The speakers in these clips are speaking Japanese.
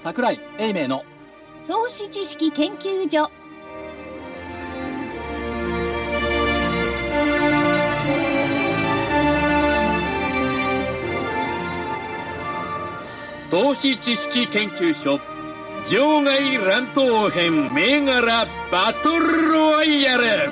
櫻井英明の投資知識研究所。 投資知識研究所場外乱闘編銘柄バトルロワイヤル。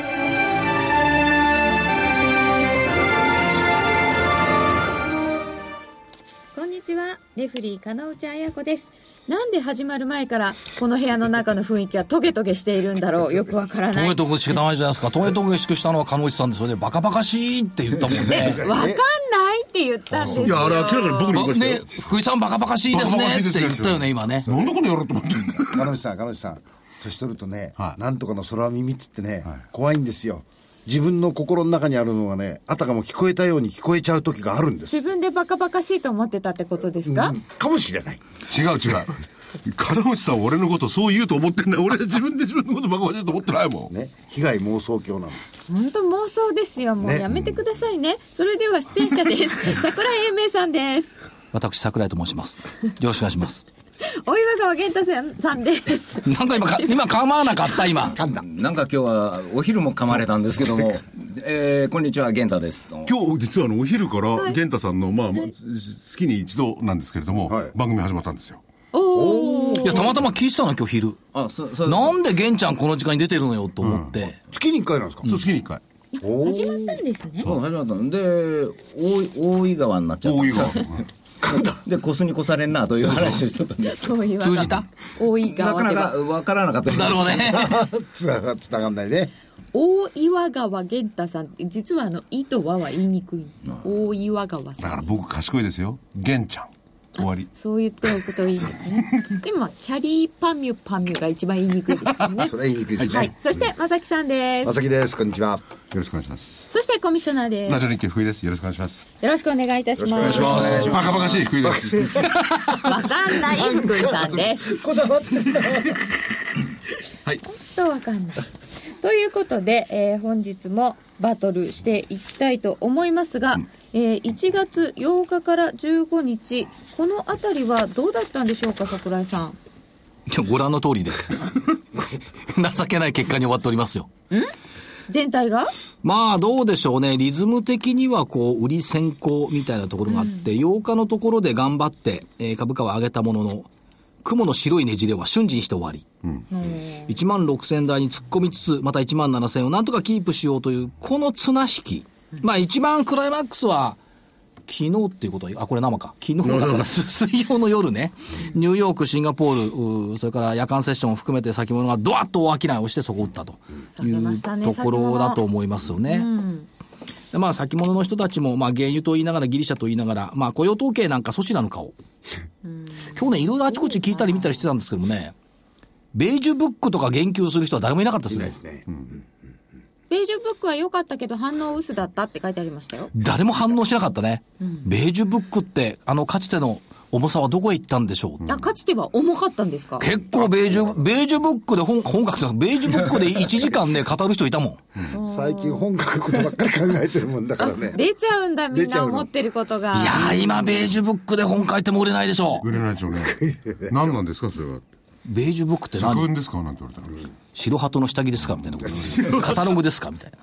こんにちは、レフリー金内彩子です。なんで始まる前からこの部屋の中の雰囲気はトゲトゲしているんだろう。よくわからない。 トゲトゲしかないじゃないですか。トゲトゲしくしたのは金内さんで、それでバカバカしいって言ったもんね。 わかんないって言ったんですよ。 いや、あれ明らかに僕に言いましたよ。 ね、福井さんバカバカしいですねって言ったよね、今ね。 なんでこのやろうと思って。 金内さん年取るとね、なんとかの空耳っつってね、怖いんですよ。自分の心の中にあるのがね、あたかも聞こえたように聞こえちゃう時があるんです。 自分でバカバカしいと思ってたってことですか？ かもしれない。 違う金内さん俺のことそう言うと思ってんだよ。俺は自分で自分のことバカバカしいと思ってないもんね。被害妄想狂なんです。 本当妄想ですよ。もうやめてくださいね。それでは出演者です櫻井英明さんです。 私櫻井と申します。よろしくお願いします。 大岩川源太さんです。 なんか今構わなかった今。 なんか今日はお昼も噛まれたんですけども、こんにちは源太です。 今日実はお昼から源太さんの月に一度なんですけれども、番組始まったんですよ。 いやたまたま聞いてたの今日昼。なんで源ちゃんこの時間に出てるのよと思って、 月に1回なんですか？ そう、月に1回始まったんですね。 そう始まったんで大井川になっちゃったんですよ。で越すに越されんなという話をしてたんです。 通じた？ 大井川ではなかなか分からなかったです。 なるほどね。 つながんないね。 大岩川源太さんって実は井と和は言いにくい。大岩川さんだから僕賢いですよ。源ちゃん終わり。 そう言っておくといいですね。でもキャリーパミュが一番言いにくいですからね。 それは言いにくいですね。 はい。そして正木さんです。 正木です。こんにちは。 よろしくお願いします。 そしてコミッショナーです。 ラジオ日経福井です。よろしくお願いします。 よろしくお願いいたします。 よろしくお願いします。 バカバカしい福井です。 わかんない福井さんです。 こだわってんだ。 はい。 本当わかんない。ということで、本日もバトルしていきたいと思いますが、1月8日から15日このあたりはどうだったんでしょうか、櫻井さん。 ご覧の通りで情けない結果に終わっておりますよ。 全体がまあどうでしょうね。リズム的にはこう売り先行みたいなところがあって、8日のところで頑張って、株価は上げたものの、雲の白いねじれは瞬時にして終わり、16,000台に突っ込みつつまた17,000をなんとかキープしようというこの綱引き、まあ一番クライマックスは昨日っていうことは、これ生か、昨日だから水曜の夜ね、ニューヨーク、シンガポール、それから夜間セッションを含めて先物がドワッと大商いをしてそこを打ったというところだと思いますよね。でまあ先物の人たちも、まあ原油と言いながらギリシャと言いながら、まあ雇用統計なんかそちらの顔。今日ね、いろいろあちこち聞いたり見たりしてたんですけどもね、ベージュブックとか言及する人は誰もいなかったですね。 ベージュブックは良かったけど反応薄だったって書いてありましたよ。 誰も反応しなかったね。ベージュブックってかつての重さはどこへ行ったんでしょう。 かつては重かったんですか？ 結構ベージュブックで本格的なベージュブックで1時間ね語る人いたもん。 最近本格ことばっかり考えてるもんだからね。 出ちゃうんだ、みんな思ってることが。 いやー今ベージュブックで本書いても売れないでしょう。 売れないでしょうね。何なんですかそれは。 ベージュブックって何？ 作文ですかなんて言われたら。 白鳩の下着ですかみたいなこと。カタログですかみたいな。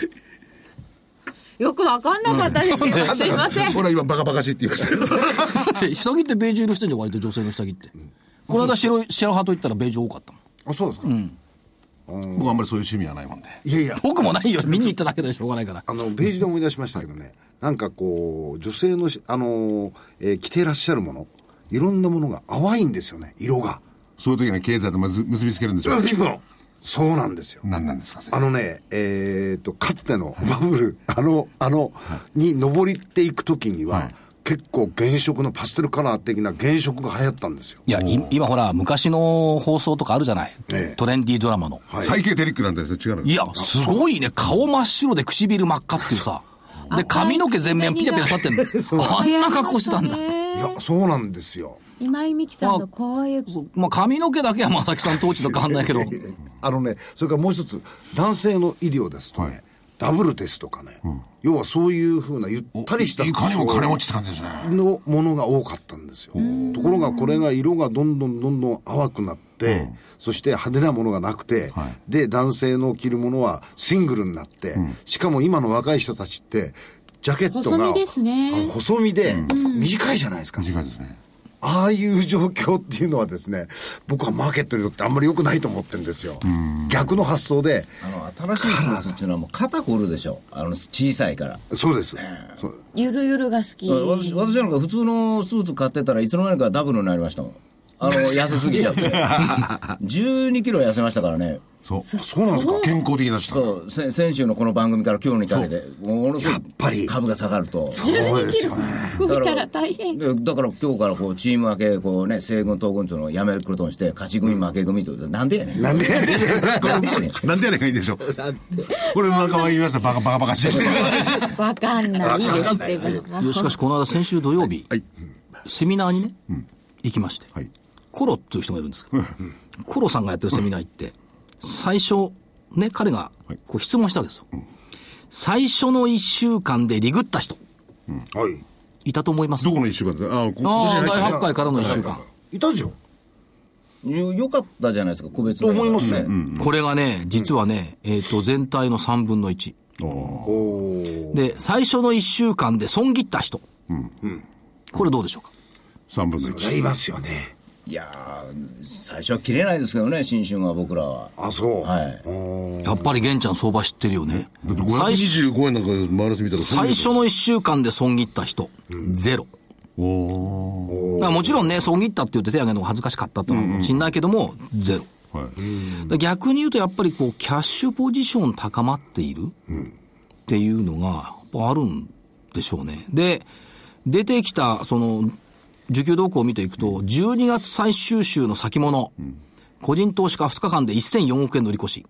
よくわかんなかったですよ。すいません。 ほら今バカバカしいって言いましたけど。 下着ってベージュ色してんじゃん、割と女性の下着って。この間白鳩行ったらベージュ多かったもん。 あ、そうですか。 僕あんまりそういう趣味はないもんで。 いやいや、 僕もないよ。見に行っただけでしょうがないから。 ベージュで思い出しましたけどね、なんかこう女性の着てらっしゃるもの、いろんなものが淡いんですよね、色が。 そういう時には経済と結びつけるんでしょう。 そうなんですよ。 何なんですかそれ。かつてのバブルに上りっていく時には、結構原色のパステルカラー的な原色が流行ったんですよ。 いや今ほら昔の放送とかあるじゃない、トレンディードラマの、 サイケデリックなんて違うの。 いやすごいね、顔真っ白で唇真っ赤っていうさ、で髪の毛全面ピタピタ立ってんのあんな格好してたんだ。 いやそうなんですよ。 今井美樹さんのこういう、 まあ髪の毛だけは正木さん統治と変わんないけどそれからもう一つ男性の医療ですとね、 ダブルですとかね、要はそういうふうなゆったりしたいかにも金持ちって感じですねのものが多かったんですよ。ところがこれが色がどんどん淡くなって、そして派手なものがなくて、で男性の着るものはシングルになって、しかも今の若い人たちってジャケットが細身ですね。 細身で短いじゃないですか。 短いですね。 ああいう状況っていうのはですね、僕はマーケットにとってあんまり良くないと思ってるんですよ。逆の発想で。 新しいスーツっていうのはもう肩凝るでしょ。小さいから。 そうです。 ゆるゆるが好き。 私なんか普通のスーツ買ってたらいつの間にかダブルになりましたもん。痩せすぎちゃって。12キロ痩せましたからね。 そうなんですか。健康的な人。 そう。先週のこの番組から今日にかけて、ものすごい株が下がると。 そうですよね。 増えたら大変。 だから今日からこうチーム分け、こうね、西軍東軍というのをやめることにして、勝ち組負け組という。なんでやねん。 なんでやねん。なんでやねんがいいでしょ。これなんか言いました。バカして。 わかんないですって。 しかしこの間先週土曜日、セミナーにね、行きまして。コロっていう人がいるんですけど、コロさんがやってるセミナー行って、最初、ね、彼がこう質問したわけですよ。最初の1週間でリグった人。いたと思います。 どこの1週間ですか。 第8回からの1週間。 いたじゃん。 よかったじゃないですか、個別と思いますね。 これがね、実はね、全体の3分の1。で、最初の1週間で損切った人。これどうでしょうか。 3分の1。 いますよね。 いやー、最初は切れないですけどね、新春は僕らは。 あ、そう。 はい。 やっぱり玄ちゃん相場知ってるよね。 だって525円なんかマイナス見たら最初の1週間で損切った人、ゼロ。だからもちろんね、損切ったって言って手を挙げるのが恥ずかしかったってのかもしんないけども、ゼロ。逆に言うとやっぱりこう、キャッシュポジション高まっているっていうのが、やっぱあるんでしょうね。で、出てきた、需給動向を見ていくと、12月最終週の先物、個人投資家2日間で1004億円の売り越し。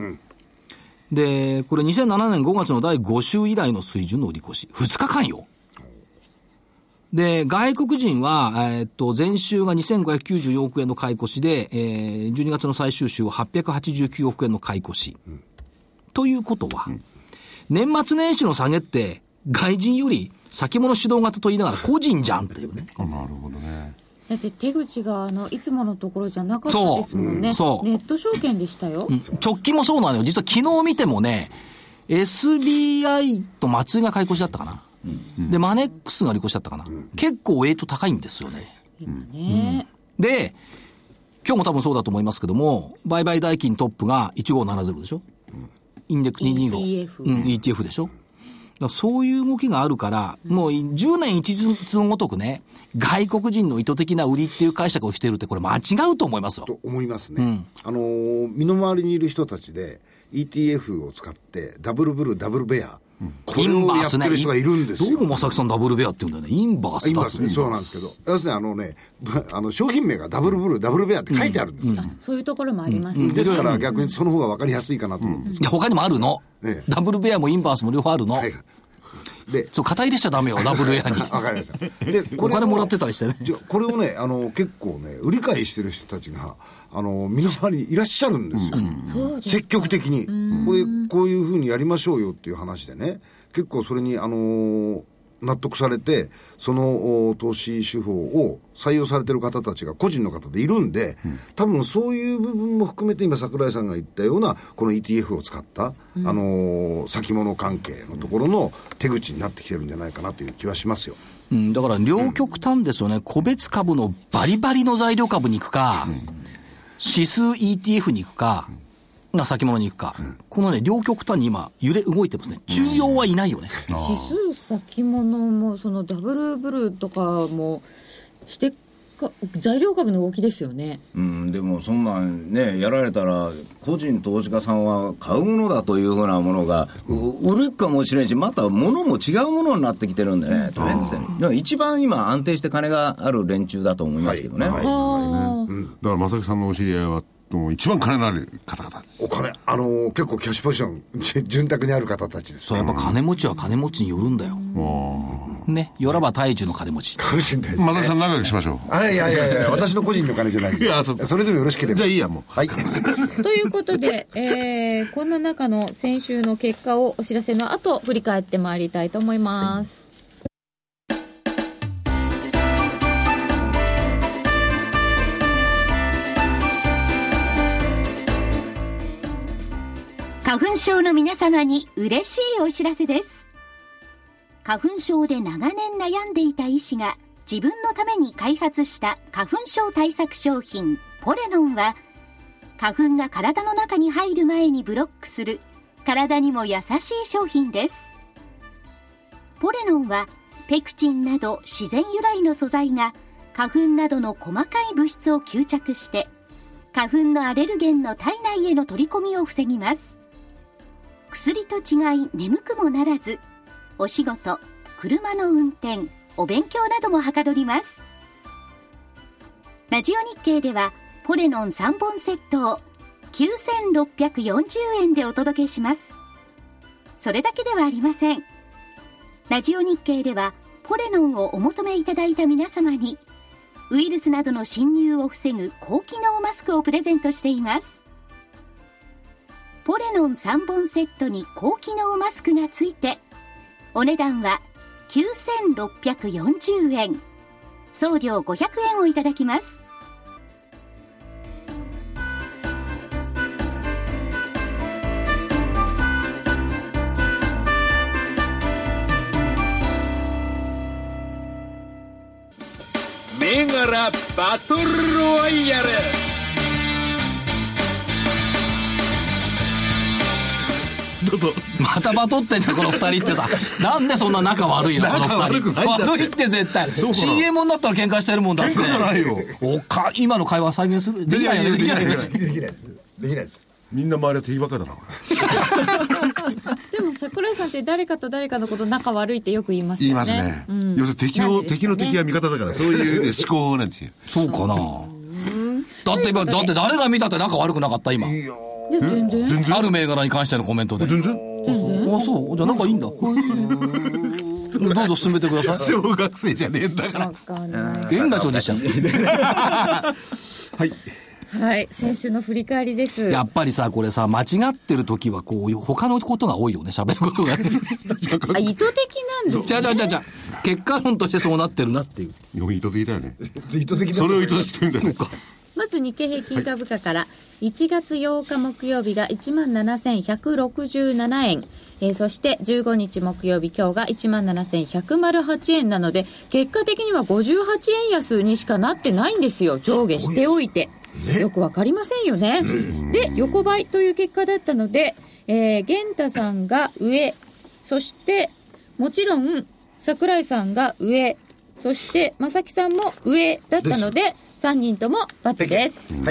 で、これ2007年5月の第5週以来の水準の売り越し。2日間よ。で、外国人は、前週が2594億円の買い越しで、12月の最終週は889億円の買い越し。ということは、年末年始の下げって、外人より先物主導型と言いながら個人じゃんっていうね。 なるほどね。 だって手口がいつものところじゃなかったですもんね。そう。ネット証券でしたよ。 直近もそうなのよ。実は昨日見てもね、SBI と松井が買い越しだったかな。で、マネックスが利越しだったかな。結構ウェイト高いんですよね。 今ね。 で、今日も多分そうだと思いますけども、売買代金トップが1570でしょ。インデックス225。ETF でしょ。そういう動きがあるから、もう10年一日のごとくね、外国人の意図的な売りっていう解釈をしているって、これ間違うと思いますよ。 と思いますね。身の回りにいる人たちで ETF を使ってダブルブル、ダブルベア、これをやってる人がいるんですよ。 どうも正木さんダブルベアって言うんだよね。インバースだって。 ね、そうなんですけど、要するに商品名がダブルブル、ダブルベアって書いてあるんですよ。 そういうところもありますね。 ですから逆にその方が分かりやすいかなと思うんです。 いや、他にもあるの。ダブルベアもインバースも両方あるの。で、肩入れしちゃダメよ、ダブルエアに。 わかりました。 で、お金もらってたりしてね。 これをね、結構ね、売り買いしてる人たちが、身の回りにいらっしゃるんですよ。積極的に。こういうふうにやりましょうよっていう話でね、結構それに、納得されて、その投資手法を採用されてる方たちが個人の方でいるんで、多分そういう部分も含めて今櫻井さんが言ったようなこの ETF を使った、先物関係のところの手口になってきてるんじゃないかなという気はしますよ。 だから両極端ですよね。個別株のバリバリの材料株に行くか、指数 ETF に行くか、先物に行くか、このね、両極端に今、動いてますね。中庸はいないよね。 指数先物も、ダブルブルとかも、材料株の動きですよね。 でもそんなんね、やられたら、個人投資家さんは買うものだというふうなものが、売るかもしれんし、また物も違うものになってきてるんでね、大変ですよね。でも一番今、安定して金がある連中だと思いますけどね。だから正木さんのお知り合いは、一番金のある方々です。 お金、結構キャッシュポジション、潤沢にある方たちです。 そう、やっぱ金持ちは金持ちによるんだよ。 ね。よらば大樹の金持ち。 かもしれないですね。 正木さん仲良くしましょう。 いや私の個人の金じゃない。 いや、それでもよろしければ。 じゃあいいや、もう。 はい。 ということで、こんな中の先週の結果をお知らせの後、振り返ってまいりたいと思います。 花粉症の皆様に嬉しいお知らせです。花粉症で長年悩んでいた医師が自分のために開発した花粉症対策商品ポレノンは、花粉が体の中に入る前にブロックする体にも優しい商品です。ポレノンはペクチンなど自然由来の素材が花粉などの細かい物質を吸着して花粉のアレルゲンの体内への取り込みを防ぎます。薬と違い眠くもならず、お仕事、車の運転、お勉強などもはかどります。ラジオ日経ではポレノン3本セットを9640円でお届けします。それだけではありません。ラジオ日経ではポレノンをお求めいただいた皆様にウイルスなどの侵入を防ぐ高機能マスクをプレゼントしています。ポレノン3本セットに高機能マスクがついて、お値段は9640円。送料500円をいただきます。 銘柄バトルロワイヤル。 どうぞ。 またバトってんじゃんこの二人ってさ。なんでそんな仲悪いのこの二人。悪いって絶対。CM になったら喧嘩してるもんだって。 喧嘩じゃないよ。 今の会話再現する。できないよね。 できないです。 みんな周りは敵ばっかりだな。 でも桜井さんって誰かと誰かのこと仲悪いってよく言いますよね。 言いますね。要するに敵の敵は味方だから、そういう思考なんですよ。 そうかな。だって誰が見たって仲悪くなかった今。 全然ある銘柄に関してのコメントで。 全然。 あ、そう。じゃあ仲いいんだ。どうぞ進めてください。 小学生じゃねえんだから。 わかんない。 円ガチョでした。 はい。 はい、先週の振り返りです。 やっぱりさ、これさ、間違ってる時はこう他のことが多いよね、喋ることが。 意図的なんですじゃあ結果論としてそうなってるなっていう。 意図的だよね。 意図的だ。 それを意図的と言うんだよ。そうか。 まず日経平均株価から1月8日木曜日が 17,167 円、そして15日木曜日今日が 17,108 円なので、結果的には58円安にしかなってないんですよ。上下しておいて、よくわかりませんよね。で横ばいという結果だったので、玄太さんが上、そしてもちろん桜井さんが上、そして正木さんも上だったので3人とも×です。 はい。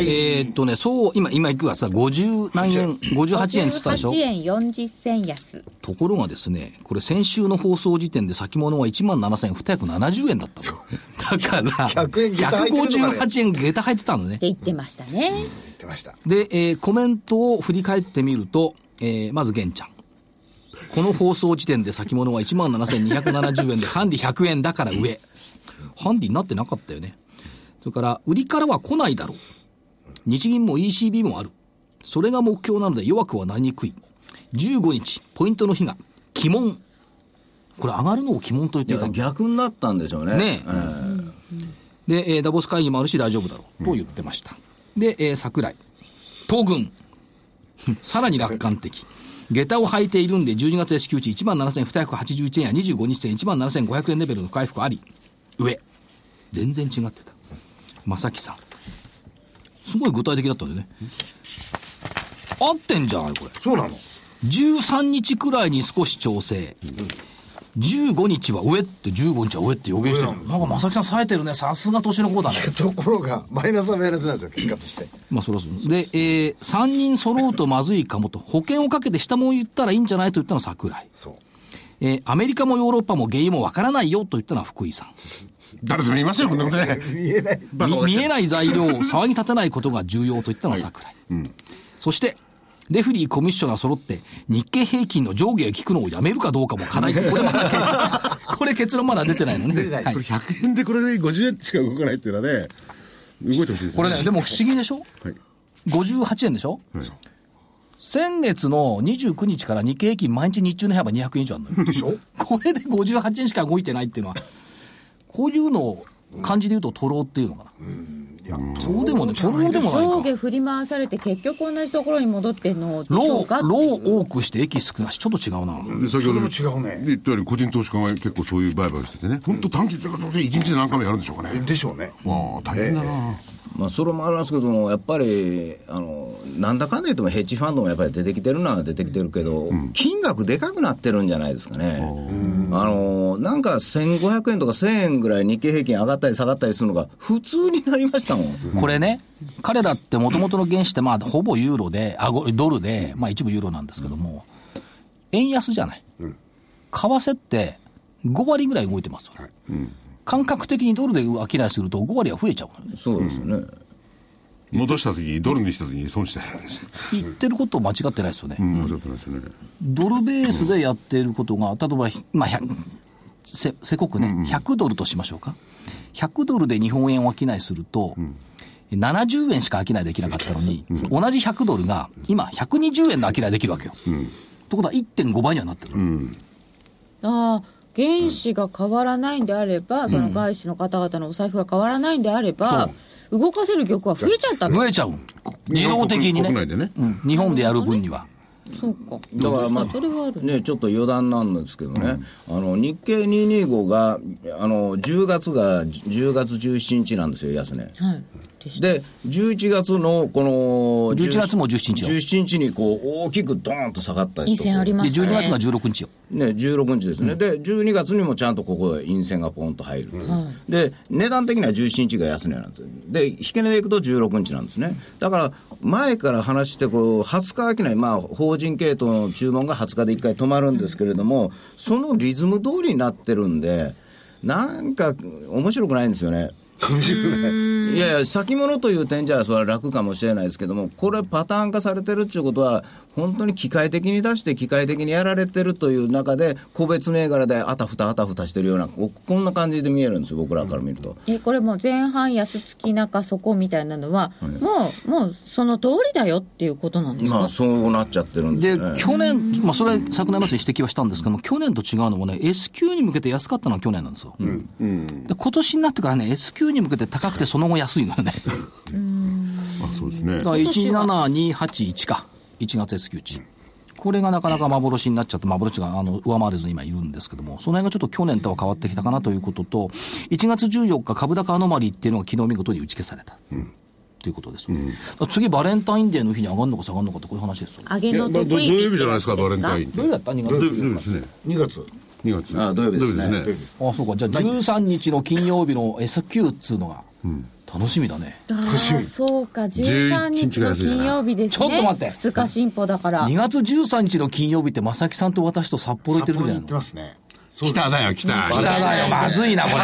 そう、今いくらさ、50何円、58円つったでしょ。 58円40銭安。 ところがですね、これ先週の放送時点で先物は 17,270 円だったの。だから、158円下駄入ってたのね。 って言ってましたね。 言ってました。 で、コメントを振り返ってみると、まず玄ちゃん。この放送時点で先物は 17,270 円で、ハンディ100円だから上。ハンディになってなかったよね。それから売りからは来ないだろう。日銀も ECB もある。それが目標なので弱くはなりにくい。15日ポイントの日が鬼門。これ上がるのを鬼門と言っていた。 逆になったんでしょうね。 ねえ。で、ダボス会議もあるし大丈夫だろうと言ってました。で、桜井東軍さらに楽観的。下駄を履いているんで12月 S q 値 17,281 円や25日線 17,500 円レベルの回復あり。上全然違ってた。正木さんすごい具体的だったんでね。合ってんじゃないこれ。 そうなの。 13日くらいに少し調整、15日は上って15日は上って予言してる、なんか正木さん冴えてるね。さすが年の子だね。 ところがマイナスはマイナスなんですよ、結果として。 まあそれはそうで、3人揃うとまずいかもと、保険をかけて下も言ったらいいんじゃないと言ったのは桜井。 そう。 アメリカもヨーロッパも原因もわからないよと言ったのは福井さん。 誰でも言いますよこんなことね。 見えない見えない材料を騒ぎ立てないことが重要と言ったのは桜井、そしてレフリー、コミッショナー揃って日経平均の上下を聞くのをやめるかどうかも課題って、これまだこれ結論まだ出てないのね。 出てないこれ100円でこれで50円しか動かないっていうのはね、動いてほしいですね。 これね、でも不思議でしょ、 はい、 58円でしょ、はい、先月の29日から日経平均毎日日中の値幅200円以上あるのよ。 でしょこれで58円しか動いてないっていうのは、こういうのを漢字で言うとトローっていうのかな。いや、そうでもね、トローでもないか。 上下振り回されて結局同じところに戻ってんのでしょうか。 ロー多くして駅少なし、ちょっと違うな。 で先ほどそれも違うね。 言ったように個人投資家が結構そういう売買をしててね、本当短期で1日で何回もやるんでしょうかね。 でしょうね。 わあ、大変だな。 まあ、それもありますけども、やっぱりなんだかんだ言ってもヘッジファンドもやっぱり出てきてるのは出てきてるけど、金額でかくなってるんじゃないですかね。なんか1500円とか1000円ぐらい日経平均上がったり下がったりするのが普通になりましたもん。 これね、彼らってもともとの原資ってまあほぼユーロでドルで、まあ、一部ユーロなんですけども、円安じゃない、為替って5割ぐらい動いてますよ、はい、感覚的にドルで商いすると5割は増えちゃう、ね、 そうですよね。 戻したときにドルにしたときに損してるんですよ。 言ってること間違ってないですよね、 間違ってないですよね。 ドルベースでやっていることが、例えば、まあ、せこくね、100ドルとしましょうか。100ドルで日本円を商いすると、70円しか商いできなかったのに、同じ100ドルが今120円で商いできるわけよ。ということは 1.5 倍にはなってる。 ああ、原資が変わらないんであれば、その外資の方々のお財布が変わらないんであれば、動かせる玉は増えちゃった増えちゃう。自動的にね。 国内でね、 日本でやる分には。 そうか。 だからまあ、 それはあるね、ちょっと余談なんですけどね、日経225が、10月17日なんですよ、安値。はい。で、11月のこの、 11月も17日よ。 17日にこう、大きくドーンと下がったりとか。 陰線ありますね。 で、12月が16日よ。 ね、16日ですね、で、12月にもちゃんとここで陰線がポンと入る。で、値段的には17日が安値なんです。で、引け値でいくと16日なんですね。だから、前から話して、こう、20日商い、まあ、法人系統の注文が20日で1回止まるんですけれども、そのリズム通りになってるんで、なんか、面白くないんですよね。いやいや、先物という点じゃそれは楽かもしれないですけども、これパターン化されてるっていうことは、本当に機械的に出して機械的にやられてるという中で、個別銘柄であたふたしてるような、こんな感じで見えるんですよ、僕らから見ると。 これもう前半安月中底みたいなのは、もうその通りだよっていうことなんですか。 まあ、そうなっちゃってるんですね。 で、去年、まあ、それ昨年末に指摘はしたんですけども、去年と違うのもね、S q に向けて安かったのは去年なんですよ。で、今年になってからね、S q に向けて高くてその後安いのよね。 そうですね。 だから17281か、1月 S q 値。これがなかなか幻になっちゃって、幻が上回れずに今いるんですけども、その辺がちょっと去年とは変わってきたかなということと、1月14日株高アノマリーっていうのが昨日見事に打ち消された。ということです、次バレンタインデーの日に上がるのか下がるのかってこういう話ですよ。 上げの得意土曜日じゃないですか、バレンタイン。 土曜日だった2月土曜日ですね。 2月。 ああ、土曜日ですね。 ああ、そうか。じゃあ13日の金曜日の S q っつうのが楽しみだね。 そうか、13日の金曜日ですね。 ちょっと待って、 2日進歩だから 2月13日の金曜日って正木さんと私と札幌行ってる時じゃないの。 行ってますね。 北だよ、北だよ、まずいなこれ。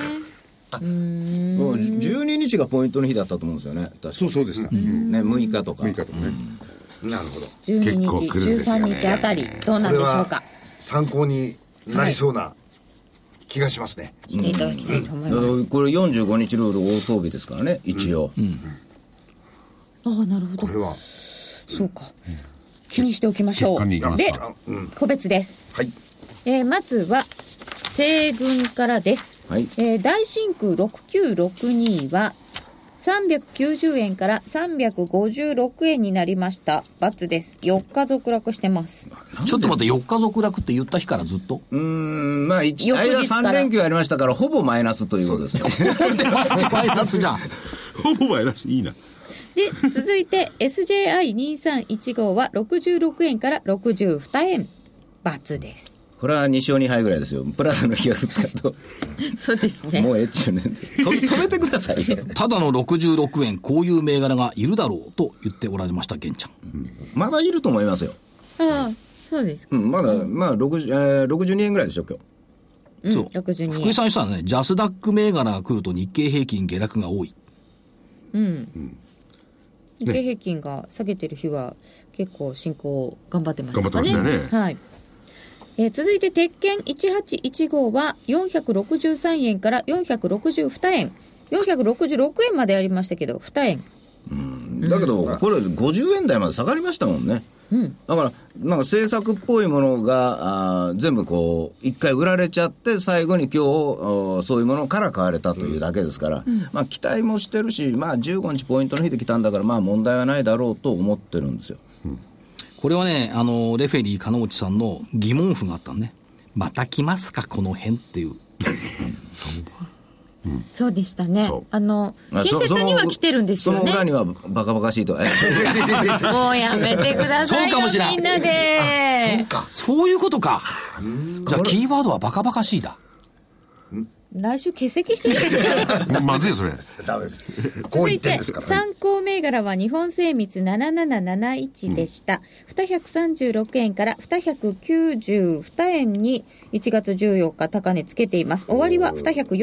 12日がポイントの日だったと思うんですよね。 そうでした。 ね、6日とか。 6日とかね。 なるほど。 12日、13日あたりどうなんでしょうか。 参考になりそうな気がしますね。 していただきたいと思います。 これ45日ルール応答日ですからね、一応。 ああ、なるほど。 これはそうか。気にしておきましょう。で、個別です。 はい。 まずは西軍からです。 はい。 大真空6962は390円から356円になりました。×です。4日続落してます。 ちょっと待って、4日続落って言った日からずっとまあ、間3連休ありましたから、ほぼマイナスということですよ。 マイナスじゃん。 ほぼマイナス、いいな。 で、続いて SJI2315 は66円から62円。×です。 これは2勝2敗ぐらいですよ。プラスの日が2日と。 そうですね。 もうちゅうね。止めてくださいよ。 ただの66円、こういう銘柄がいるだろうと言っておられました、玄ちゃん。 まだいると思いますよ。 ああ、そうです。 まだ、まあ、62円ぐらいでしょ、今日。 そう。 62円。 福井さん言ってたね、ジャスダック銘柄が来ると日経平均下落が多い。 日経平均が下げてる日は結構進行頑張ってました頑張ってましたよね。 はい。続いて鉄拳1815は463円から462円466円までありましたけど2円だけどこれ50円台まで下がりましたもんね、だからなんか政策っぽいものが全部こう一回売られちゃって最後に今日そういうものから買われたというだけですから、まあ期待もしてるし、まあ15日ポイントの日で来たんだからまあ問題はないだろうと思ってるんですよ。 これはね、レフェリー金内さんの疑問符があったのね。また来ますかこの辺っていう。 そうでしたね。建設には来てるんですよね。 その裏にはバカバカしいと。もうやめてくださいよ。 そうかもしれない。 みんなで。 そうか。 そういうことか。じゃあキーワードはバカバカしいだ。 来週欠席してるんですかまずいよそれ。 ダメです。こう言ってんですからね。 参考銘柄は日本精密7771でした、236円から292円に1月14日高値つけています。終わりは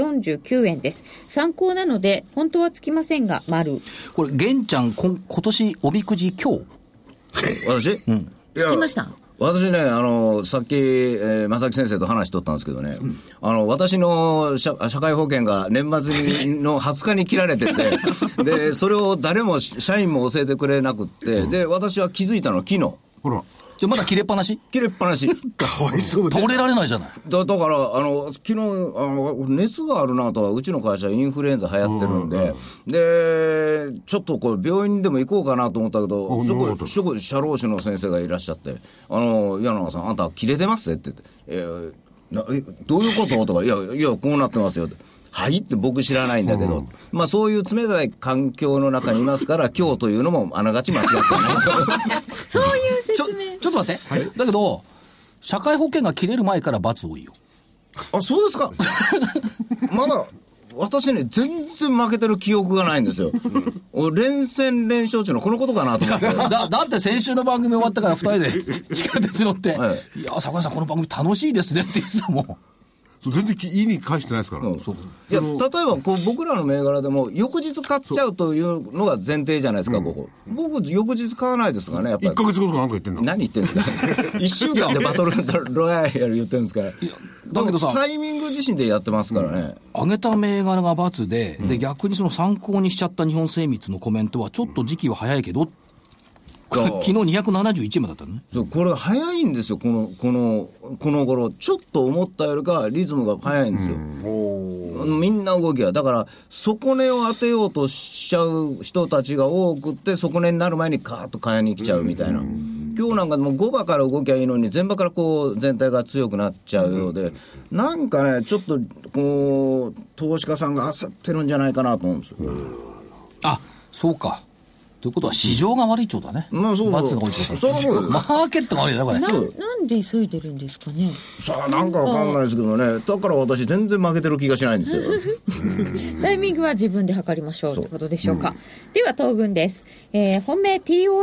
249円です。参考なので本当はつきませんが丸。 これ玄ちゃん今年おみくじ今日私、 つきました。 私ね、さっき、正木先生と話しとったんですけどね、私の社会保険が年末の20日に切られてて、で、それを誰も社員も教えてくれなくって、で、私は気づいたの昨日。 ほら。 じゃあまだ切れっぱなし切れっぱなし。 かわいそうで。 倒れられないじゃない。 だから、昨日、熱があるなとは、うちの会社インフルエンザ流行ってるんで、で、ちょっとこれ病院でも行こうかなと思ったけど、そこ社労士の先生がいらっしゃって、柳川さん、あんた切れてますって言って、どういうこととか、いや、こうなってますよって。はいって僕知らないんだけど、まあそういう冷たい環境の中にいますから、今日というのもあながち間違ってないそういう説明。 ちょっと待って、だけど社会保険が切れる前から罰多いよ。 あ、そうですかまだ私ね全然負けてる記憶がないんですよ連戦連勝中のこのことかなと思ってだって先週の番組終わったから2人で地下鉄乗って、いや坂井さんこの番組楽しいですねって言ってたもん。 全然いいに返してないですから、 いや例えばこう僕らの銘柄でも翌日買っちゃうというのが前提じゃないですか、ここ僕翌日買わないですからねやっぱり。 1ヶ月後とかなんか言ってんの。 何言ってんですか1週間でバトルロイヤル言ってるんですから。 だけどさタイミング自身でやってますからね、 上げた銘柄が×で、で逆にその参考にしちゃった日本精密のコメントはちょっと時期は早いけど昨日271円だったのね。 そうこれ早いんですよこの頃ちょっと思ったよりかリズムが早いんですよ、みんな動きがだから底値を当てようとしちゃう人たちが多くって底値になる前にカーッと買いに来ちゃうみたいな、今日なんかもう5場から動きゃいいのに全場からこう全体が強くなっちゃうようで、なんかねちょっとこう投資家さんが焦ってるんじゃないかなと思うんですよ、 あ、そうか。ということは市場が悪いっちょうだね。 まあそう罰が多いっちょうだ。マーケットが悪いんだこれ。 なんで急いでるんですかね。 さあなんかわかんないですけどね、だから私全然負けてる気がしないんですよタイミングは自分で測りましょうということでしょうか、では東軍です、本命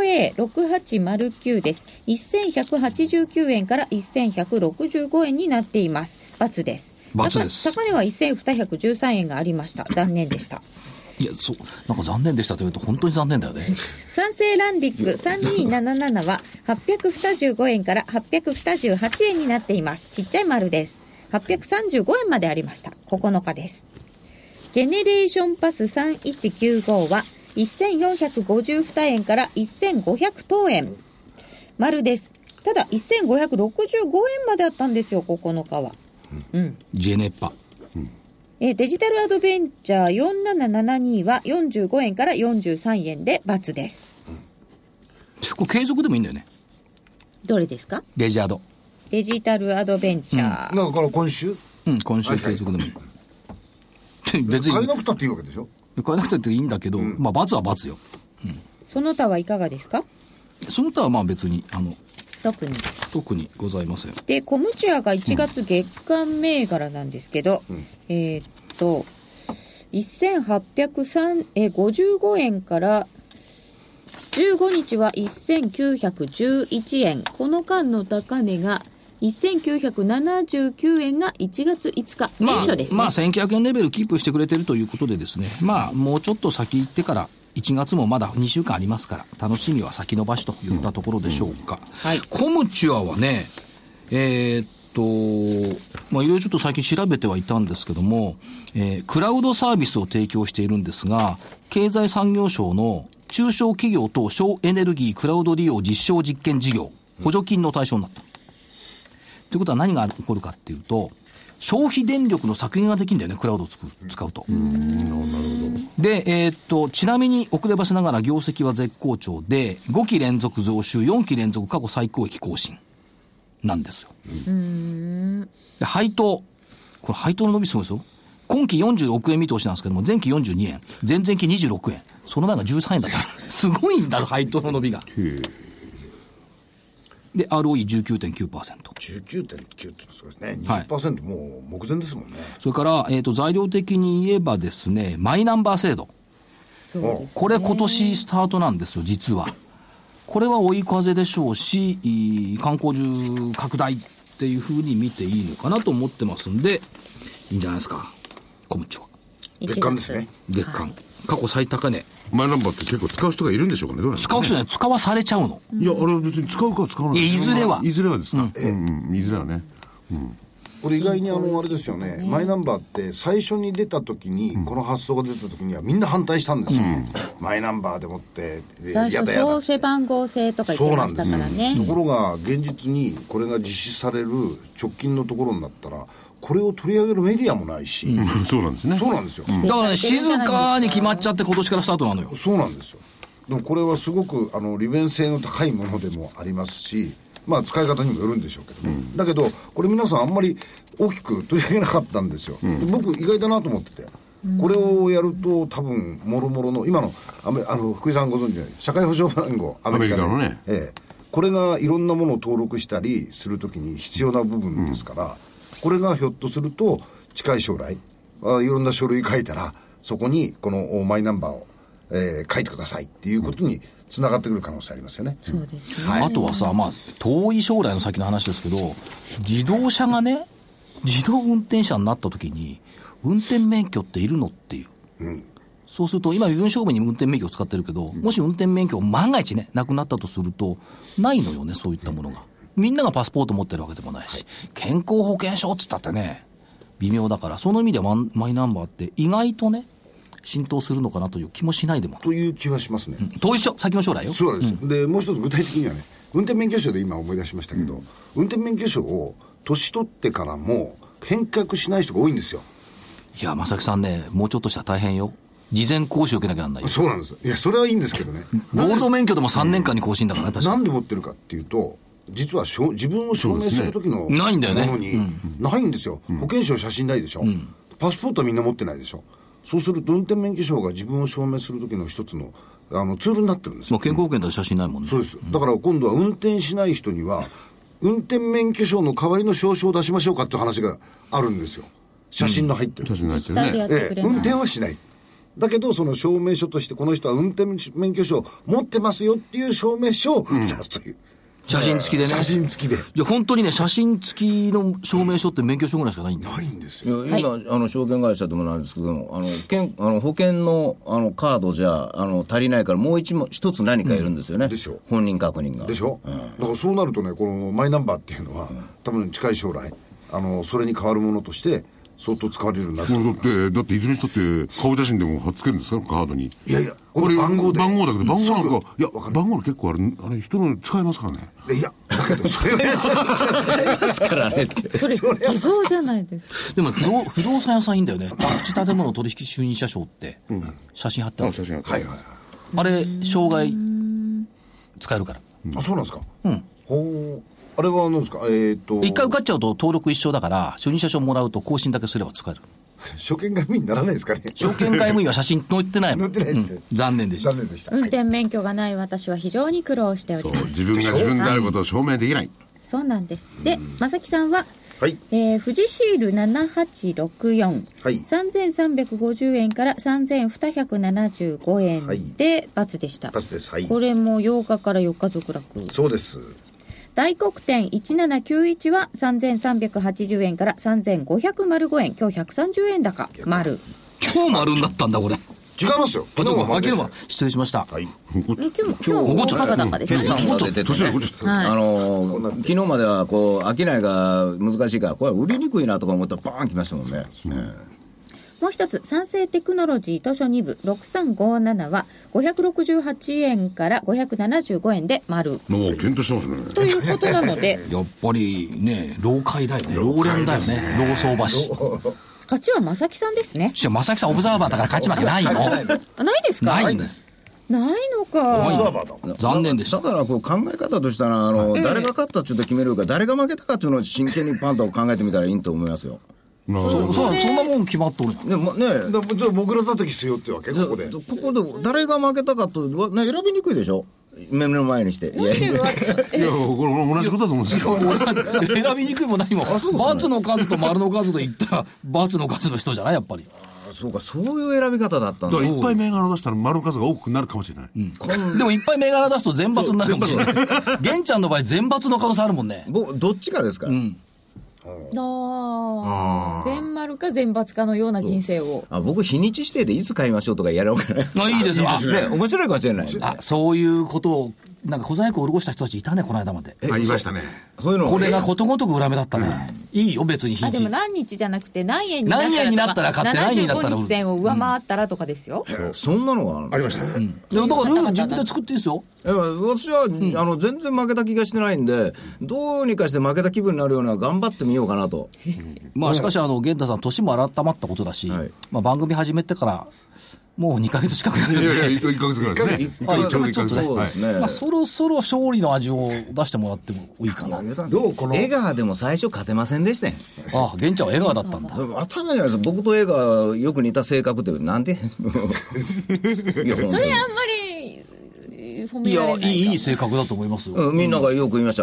TOA6809 です。1189円から1165円になっています。×です。 ×です。 高値は1213円がありました。残念でした。 いや、そう、なんか残念でしたと言うと本当に残念だよね。 三成ランディック3277は825円から828円になっています。ちっちゃい丸です。835円までありました。9日です。ジェネレーションパス3195は1452円から1500等円丸です。ただ1565円まであったんですよ、9日は。 ジェネパ。 デジタルアドベンチャー4772は45円から43円で×です。 これ継続でもいいんだよね。 どれですか？ デジアド。 デジタルアドベンチャー。 だから今週？ 今週継続でもいい。別に買えなくたっていいわけでしょ？ 買えなくたっていいんだけど、まあ×は×よ。 その他はいかがですか？ その他はまあ別に特にございません。 でコムチュアが1月月間銘柄なんですけど、1855円から15日は1911円、この間の高値が1979円が1月5日年初ですね。 まあ1900円レベルキープしてくれてるということでですね、まあもうちょっと先行ってから 1月もまだ2週間ありますから楽しみは先延ばしといったところでしょうか、はい、コムチュアはねまあ、いろいろちょっと最近調べてはいたんですけども、クラウドサービスを提供しているんですが、経済産業省の中小企業と省エネルギークラウド利用実証実験事業補助金の対象になった。ということは何が起こるかっていうと、消費電力の削減ができるんだよね、クラウドを使うと。なるほど。で、ちなみに遅ればせながら業績は絶好調で、5期連続増収、4期連続過去最高益更新なんですよ。で配当、これ配当の伸びすごいですよ。今期46億円見通しなんですけども、前期42円、前々期26億円、その前が13円だった。すごいんだ、配当の伸びが。で、ROE19.9%。 19.9 ってすごいですね。20% もう目前ですもんね。 それから、材料的に言えばですね、マイナンバー制度。これ今年スタートなんですよ、実は。これは追い風でしょうし、観光需拡大っていうふうに見ていいのかなと思ってますんで、いいんじゃないですか。コムチュア。 月間ですね。 月間。過去最高値。 マイナンバーって結構使う人がいるんでしょうかね。どうなんですかね。 使う人ね、使わされちゃうの。 いや、あれは別に使うか使わないか。 いずれは。 いずれはですか。いずれはね。 これ意外にあれですよね、マイナンバーって最初に出た時に、この発想が出た時にはみんな反対したんですよね、マイナンバーでもって最初そう背番号制とか言ってましたからね。 ところが現実にこれが実施される直近のところになったらこれを取り上げるメディアもないし、 そうなんですね。 そうなんですよ、 だからね、静かに決まっちゃって今年からスタートなのよ。 そうなんですよ。でもこれはすごく利便性の高いものでもありますし、まあ使い方にもよるんでしょうけど、だけどこれ皆さんあんまり大きく取り上げなかったんですよ、僕意外だなと思ってて、これをやると多分もろもろの今の福井さんご存知の社会保障番号アメリカのね、これがいろんなものを登録したりするときに必要な部分ですから、これがひょっとすると近い将来いろんな書類書いたらそこにこのマイナンバーを、書いてくださいっていうことにつながってくる可能性ありますよね。 そうですね。 あとはさ、まあ遠い将来の先の話ですけど、自動車がね、自動運転車になった時に運転免許っているのっていう、そうすると今身分証明に運転免許を使ってるけど、もし運転免許万が一ねなくなったとするとないのよね、そういったものが。みんながパスポート持ってるわけでもないし、健康保険証っつったってね微妙だから、その意味ではマイナンバーって意外とね浸透するのかなという気もしないでもという気はしますね。 遠い先の将来よ。 そうです、でもう一つ具体的にはね、運転免許証で今思い出しましたけど、運転免許証を年取ってからも返却しない人が多いんですよ。 いや正木さんね、もうちょっとしたら大変よ。事前講習受けなきゃなんないよ。 そうなんです。いやそれはいいんですけどねゴールド免許でも3年間に更新だからね、確かに。 なんで持ってるかっていうと、実は自分を証明する時のもないんだよね。 のにないんですよ、保険証写真ないでしょ、パスポートはみんな持ってないでしょ。そうすると運転免許証が自分を証明する時の一つのツールになってるんですよ。 健康保険だと写真ないもんね。 そうです。だから今度は運転しない人には運転免許証の代わりの証書を出しましょうかっていう話があるんですよ。写真の入ってる、 写真が入ってるね。 運転はしない。だけどその証明書としてこの人は運転免許証を持ってますよっていう証明書を出すという、 写真付きでね。 写真付きで。 じゃあ本当にね、写真付きの証明書って免許証ぐらいしかないんだよ。 ないんですよ。 今、証券会社でもなんですけど、保険のカードじゃ足りないから、もう一つ何かいるんですよね。 でしょ。 本人確認が。 でしょ。だからそうなるとね、このマイナンバーっていうのは、多分近い将来それに変わるものとして相当使われるようになると思います。 だっていずれにしたって顔写真でも貼っつけるんですか、カードに。 いやいや、 これ番号で。 番号だけど、番号なんか、いや、番号の結構あれ人の使えますからね。 いや、だけど、それはですからねって。 それ偽造じゃないですか。 でも不動産屋さんいいんだよね。宅地建物取引主任者証って、写真貼ってある。 写真貼ってはいはいはい。 あれ、生涯使えるから。 あ、そうなんですか。ほう。あれは何ですか。 一回受かっちゃうと登録一緒だから、主任者証もらうと更新だけすれば使える。 証券外務員にならないですかね。 証券外務員は写真載ってないもん。 載ってないですね。 残念でした。 残念でした。 運転免許がない私は非常に苦労しております。 自分が自分であることを証明できない。 そうなんです。で、正木さんは、 はい。 富士シール7864、 はい、 3350円から3275円で×でした。 ×です。はい。 これも8日から4日続落。 そうです。 大黒天1791は3380円から3505円。今日130円高。丸。 今日丸になったんだ、これ。 違いますよ。 昨日は失礼しました。 はい。 今日大幅高ですね。 決算が出ててね。昨日まではこう商いが難しいからこれは売りにくいなとか思ったらバーン来ましたもんね。 もう一つ、三成テクノロジー東証2部6357は568円から575円で丸。 もう検討してますね。 ということなのでやっぱりね、老快だよね。老練だよね。老相場師。 勝ちは正木さんですね。 正木さんオブザーバーだから勝ち負けないの。 ないですか。 ないんです。 ないのか。 残念でした。 だからこう考え方としたら誰が勝ったっていうと決めるか、誰が負けたかっていうのを真剣にパンと考えてみたらいいと思いますよ。 そんなもん決まっとるでもね、 じゃあモグラ叩きしようってわけここで誰が負けたかと選びにくいでしょ、目の前にして。いやこれ同じことだと思うんですよ。 選びにくいも何も。×の数と丸の数といったら×の数の人じゃないやっぱり。 そうか、そういう選び方だったんだ。 いっぱい銘柄出したら丸の数が多くなるかもしれない。 でもいっぱい銘柄出すと全抜になるかもしれない。玄ちゃんの場合全抜の可能性あるもんね。 どっちかですから。 全丸か全抜かのような人生を。 僕日にち指定でいつ買いましょうとかやろうかな。 いいですわ。 ね、面白いかもしれない。 そういうことをなんか小細工を下ろした人たちいたね、この間まで。 言いましたね。 そういうのこれがことごとく裏目だったね。いいよ別に日にち。 でも何日じゃなくて何円になったら買って何円になったら 75日線を上回ったらとかですよ。 そんなのがありましたね。 だからルール自分で作っていいですよ。 私は全然負けた気がしてないんで、どうにかして負けた気分になるような頑張ってみようかなと。 まあしかし源太さん年も改まったことだし、まあ番組始めてからもう2ヶ月近くなるんで。 いや1ヶ月ぐらいですね。 1ヶ月ちょっとね。まあそろそろ勝利の味を出してもらってもいいかな。 江川でも最初勝てませんでしたよ。 玄ちゃんは江川だったんだ。 頭じゃないです。僕と江川よく似た性格ってなんでそれあんまり褒められない。 いい性格だと思いますよ。 みんながよく言いました。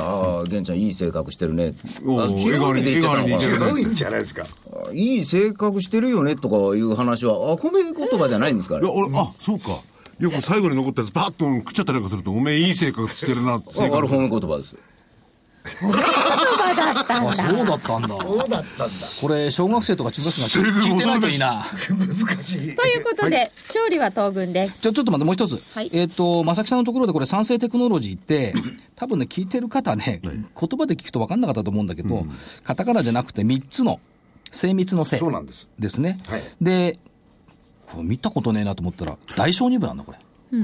玄ちゃんいい性格してるね。 江川に似て違うんじゃないですか。 いい性格してるよねとかいう話は褒め言葉じゃないんですから。 そうか。よく最後に残ったやつパッと食っちゃったりなんかすると、おめえいい性格してるなって。 褒め言葉です。 そうだったんだ。 そうだったんだ。これ小学生とか中学生が聞いてないといいな。 難しい。 ということで勝利は東軍です。 ちょっと待って、もう一つ。正木さんのところでこれ三成テクノロジーって多分ね聞いてる方ね、言葉で聞くと分かんなかったと思うんだけど、カタカナじゃなくて3つの精密の精そうなんですですね。でこれ見たことねえなと思ったら大小2部なんだこれ。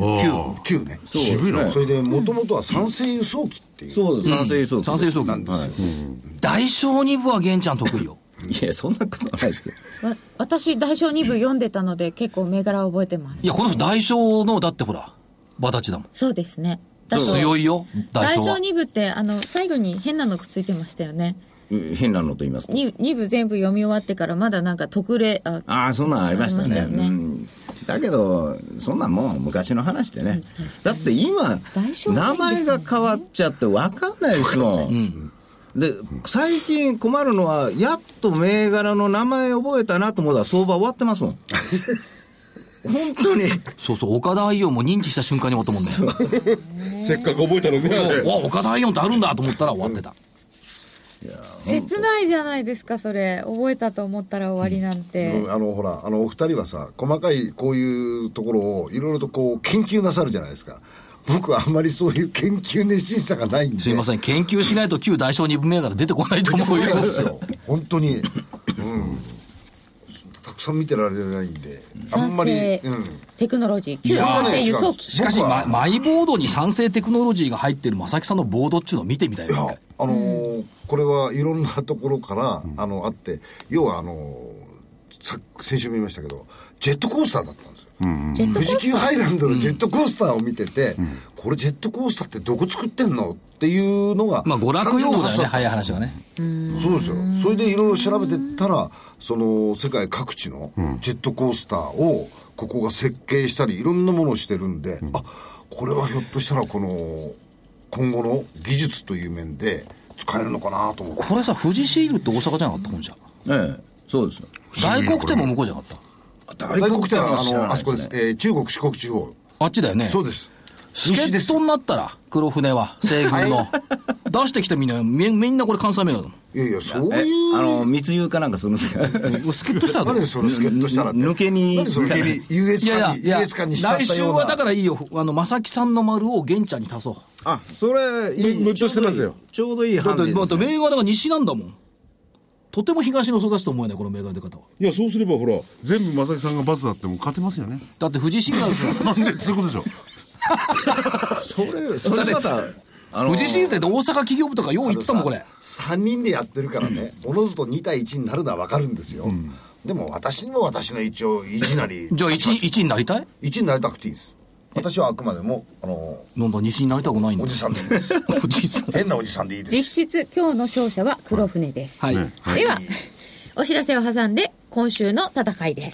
9ね。渋いな。それでもともとは三成輸送機っていう。 そうです。三成輸送機。 三成輸送機なんですよ。 大小2部は玄ちゃん得意よ。 いやそんなことないですけど。 私大小2部読んでたので結構銘柄覚えてます。 いやこの大小のだってほらバタチだもん。 そうですね。 強いよ大小2部って最後に変なのくっついてましたよね。 変なのと言いますか。 2部全部読み終わってからまだなんか特例そんなんありましたね。だけどそんなんもう昔の話でね。だって今名前が変わっちゃって分かんないですもん。で最近困るのはやっと銘柄の名前覚えたなと思ったら相場終わってますもん。本当に。 そう岡田愛音も認知した瞬間に終わったもんね。 せっかく覚えたのね。 岡田愛音ってあるんだと思ったら終わってた。 切ないじゃないですかそれ。覚えたと思ったら終わりなんて。 ほらお二人はさ細かいこういうところをいろいろとこう研究なさるじゃないですか。僕はあんまりそういう研究熱心さがないんで。 すいません、研究しないと旧大小2部銘柄出てこないと思うよ。 そうですよ本当に。たくさん見てられないんであんまり、 テクノロジー旧三成輸送機。 しかしマイボードに三成テクノロジーが入ってる正木さんのボードっていうのを見てみたいな。 これはいろんなところからあって要は先週も言いましたけどジェットコースターだったんですよ。富士急ハイランドのジェットコースターを見てて、これジェットコースターってどこ作ってんのっていうのが娯楽用語だよね早い話がね。 そうですよ。それでいろいろ調べてったらその世界各地のジェットコースターをここが設計したりいろんなものをしてるんで、これはひょっとしたらこの今後の技術という面で使えるのかなと思って。 これさ富士シールって大阪じゃなかった本社。 そうです。 大黒天も向こうじゃなかった。 大黒天はあそこです。中国四国地方。 あっちだよね。 そうです。 助っ人になったら黒船は西軍の出してきたみんなこれ関西銘柄だもん。 いやいや、そういう密輸かなんかするんですか助っ人したら何その助っ人したらって抜けに抜けに優越感にしたったような。 来週はだからいいよ、正木さんの丸を玄ちゃんに足そう。 それむっとしてますよ。 ちょうどいい判断です、ね、 だって銘柄が西なんだもん。とても東の育ちと思えない、この銘柄の出方は。 いや、そうすればほら全部正木さんがバツだっても勝てますよね。 だって富士シグナルズなんでそういうことでしょ。 それまた富士シグナルズって大阪企業部とかよう言ってたもんこれ。 3人でやってるからね、おのずと2対1になるのは分かるんですよ、でも私にも私の一応意地なりじゃあ 1になりたい？ 1になりたくていいです。私はあくまでもなんだ西になりたくないんだ。 おじさんでいいですおじさん変なおじさんでいいです。 実質今日の勝者は黒船です、 はい、 ではお知らせを挟んで今週の戦いです。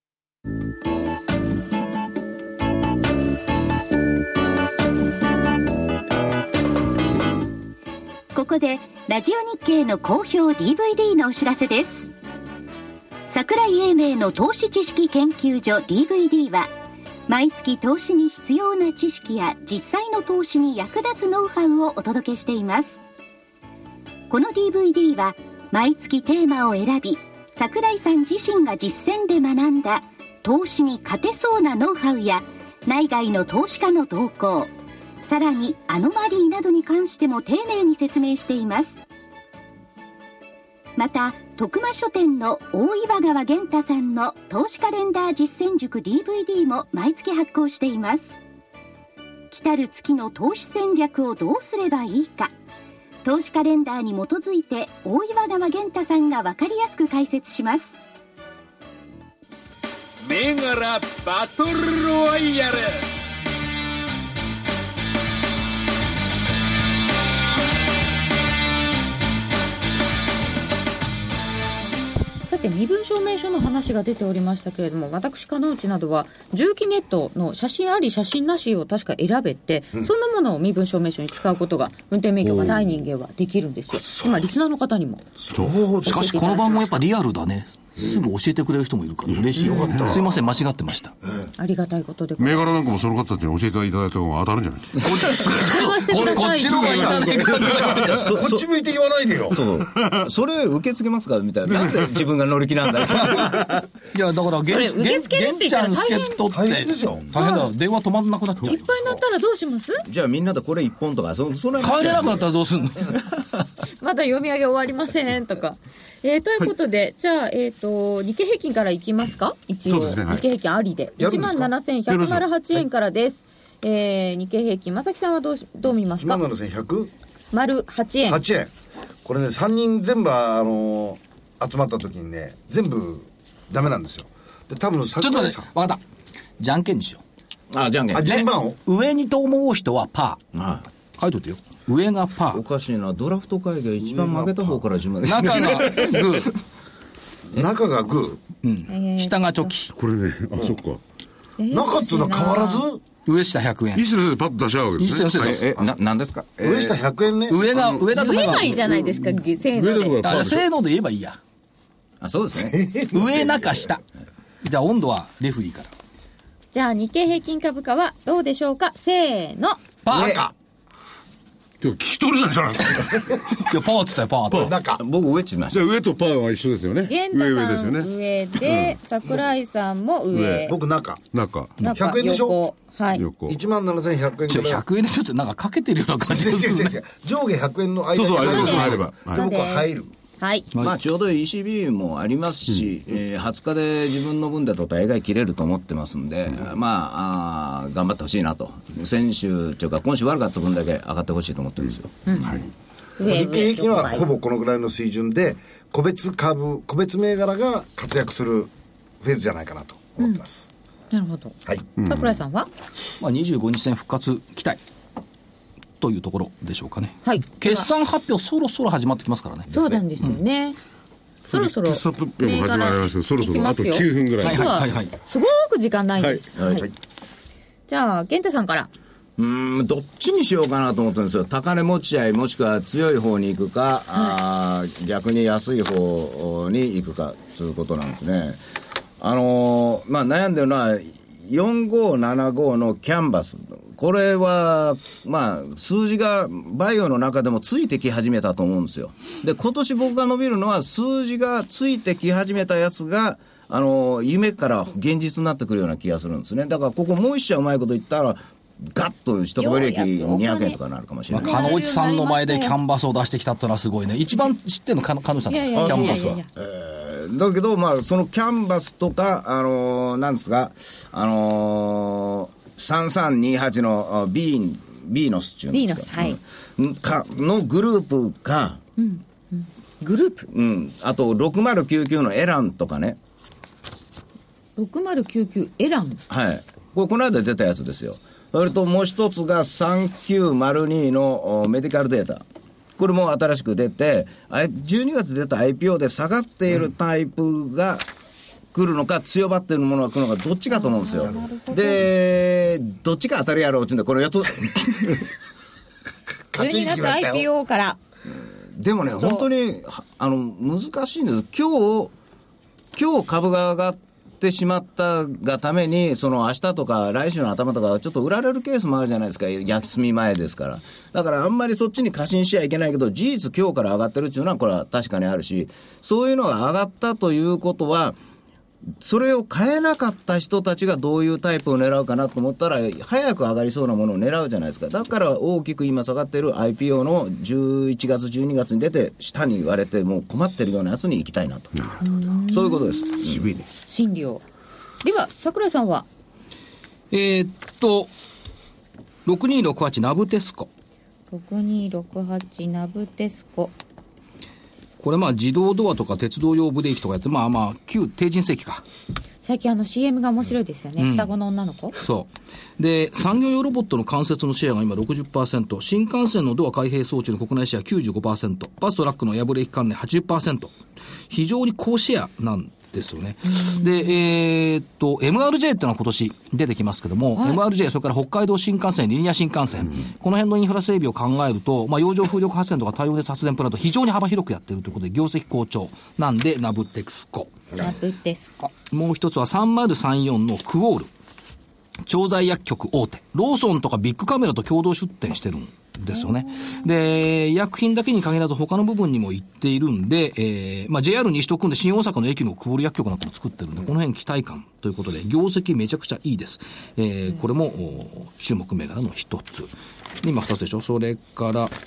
ここでラジオ日経の好評 DVD のお知らせです。桜井英明の投資知識研究所 DVD は毎月投資に必要な知識や実際の投資に役立つノウハウをお届けしています。この DVD は毎月テーマを選び、桜井さん自身が実践で学んだ投資に勝てそうなノウハウや内外の投資家の動向、さらにアノマリーなどに関しても丁寧に説明しています。また徳間書店の大岩川源太さんの投資カレンダー実践塾 DVD も毎月発行しています。来たる月の投資戦略をどうすればいいか、投資カレンダーに基づいて大岩川源太さんが分かりやすく解説します。 銘柄バトルロワイヤル。 さて身分証明書の話が出ておりましたけれども、私金内などは重機ネットの写真あり写真なしを確か選べて、そんなものを身分証明書に使うことが運転免許がない人間はできるんですよ。今リスナーの方にもしかしこの番組やっぱリアルだね。すぐ教えてくれる人もいるから嬉しい。すいません間違ってました。 ありがたいことでござい銘ます。 柄なんかもその方たちに教えていただいた方が当たるんじゃないですか。 電話してください。 こっちの方がいいんじゃねえか。 こっち向いて言わないでよ。 それ受け付けますかみたいな。なんで自分が乗り気なんだよ。 いやだからそれ受け付けるって言ったら玄ちゃん助っ人って大変ですよ。 大変だよ。電話止まんなくなっちゃう。 いっぱいになったらどうします？ じゃあみんなでこれ一本とかそれ帰れなくなったらどうすんの。 まだ読み上げ終わりませんとか。ということで、じゃあ、日経平均からいきますか一応、 そうですねはい日経平均ありで。 やるんですか 17,108円からです。日経平均、正木さんはどう見ますか 17,100? 丸8円。 8円。これね、3人全部、集まった時にね、全部ダメなんですよ。で、多分ちょっと待って桜井さん。 分かった。じゃんけんにしよじゃんけん。 あ、順番を上にと思う人はパー。書いといてよ。上がパおー。 かしいな。ドラフト会議は一番負けた方から順番です。 中がグー。 中がグ下がチョキ。 これね、そっか。 ー。中っつうのは変わらず上下100円。 いい人でパッと出し合うわけですね。 いい人のせいです。 なんですか上下100円ね。 上だと思えば言えないじゃないですか、せーので。 上だとパーでしょ。 せーので言えばいいや。 そうですね。 上中下。じゃあ温度はレフリーから。 じゃあ、日経平均株価はどうでしょうか？せーの。 パーか。 でも聞き取るじゃないですか。 いや、パーって言ったよ、パーって。 中。 僕上って言いましじゃあ上とパーは一緒ですよね。 玄太上さんですよね。 上で、桜井さんも上。 僕中。 中。 中 100円でしょ横。はい。 横。 17,100円から。 100円でちょっとなんかかけてるような感じがするね。 上下100円の間にそうそう入る入ればで僕は入る。 はい。 た。ちょうど ECB もありますし、20日で自分の分だと大概切れると思ってますんで、頑張ってほしいなと。先週というか今週悪かった分だけ上がってほしいと思ってるんですよ。 日経平均はほぼこのぐらいの水準で、個別銘柄が活躍するフェーズじゃないかなと思ってます。 なるほど。 はい。 桜井さんは 25日線復活期待というところでしょうかね。 はい。 決算発表そろそろ始まってきますからね。 そうなんですよね。そろそろ決算発表も始まりましたけど、そろそろあといきますよ 9分ぐらい。 はいはい。 すごく時間ないです。 はいはい。じゃあ、玄太さんから。 どっちにしようかなと思ってるんですよ。高値持ち合いもしくは強い方に行くか、逆に安い方に行くかということなんですね。悩んでるのは4575のキャンバス、 これは、数字がバイオの中でもついてき始めたと思うんですよ。で、今年僕が伸びるのは、数字がついてき始めたやつが、夢から現実になってくるような気がするんですね。だから、ここもう一社うまいこと言ったら、ガッと一株利益200円とかなるかもしれない。 鹿野内さんの前でキャンバスを出してきたってのはすごいね。一番知ってるの鹿野内さんだ、キャンバスは。 だけど、そのキャンバスとか、なんですか、3328のビーノスっていうんですか。 はい。 のグループか、 グループ。 あと、6099のエランとかね。 6099エラン。 はい。この間出たやつですよ。それともう一つが3902のメディカルデータ。これも新しく出て、12月出た IPO で下がっているタイプが来るのか、強まっているものが来るのか、どっちかと思うんですよ。で、どっちか当たるやろうっていうんで、この4つ。 12月 IPO から。 でもね、本当に、難しいんです。今日株が上がってしまったがために、その明日とか来週の頭とかちょっと売られるケースもあるじゃないですか。休み前ですから。だからあんまりそっちに過信しちゃいけないけど、事実今日から上がってるっていうのはこれは確かにあるし、そういうのが上がったということは、それを買えなかった人たちがどういうタイプを狙うかなと思ったら、早く上がりそうなものを狙うじゃないですか。だから大きく今下がっている IPO の11月12月に出て下に割れてもう困ってるようなやつに行きたいなと。そういうことです。 渋いね。 診療では櫻井さんは 6268ナブテスコ。 6268ナブテスコ。 これ自動ドアとか鉄道用ブレーキとかやって旧低人世紀か。 最近CM が面白いですよね、双子の女の子。 そうで、産業用ロボットの関節のシェアが今 60%、 新幹線のドア開閉装置の国内シェア 95%、 バストラックのエアブレーキ関連 80%、 非常に高シェアなんですよね。で、MRJ ってのは今年出てきますけども、MRJ、それから北海道新幹線、リニア新幹線、この辺のインフラ整備を考えると、洋上風力発電とか太陽熱発電プラント非常に幅広くやっているということで、業績好調なんで、ナブテスコ。もう一つは3034のクオール。調剤薬局大手。ローソンとかビッグカメラと共同出店してるんですよね。で、医薬品だけに限らず他の部分にも行っているんで、JR 西と組んで新大阪の駅のクオール薬局なんかも作ってるんで、この辺期待感ということで、業績めちゃくちゃいいです。これも注目銘柄の一つ。今二つでしょ。それから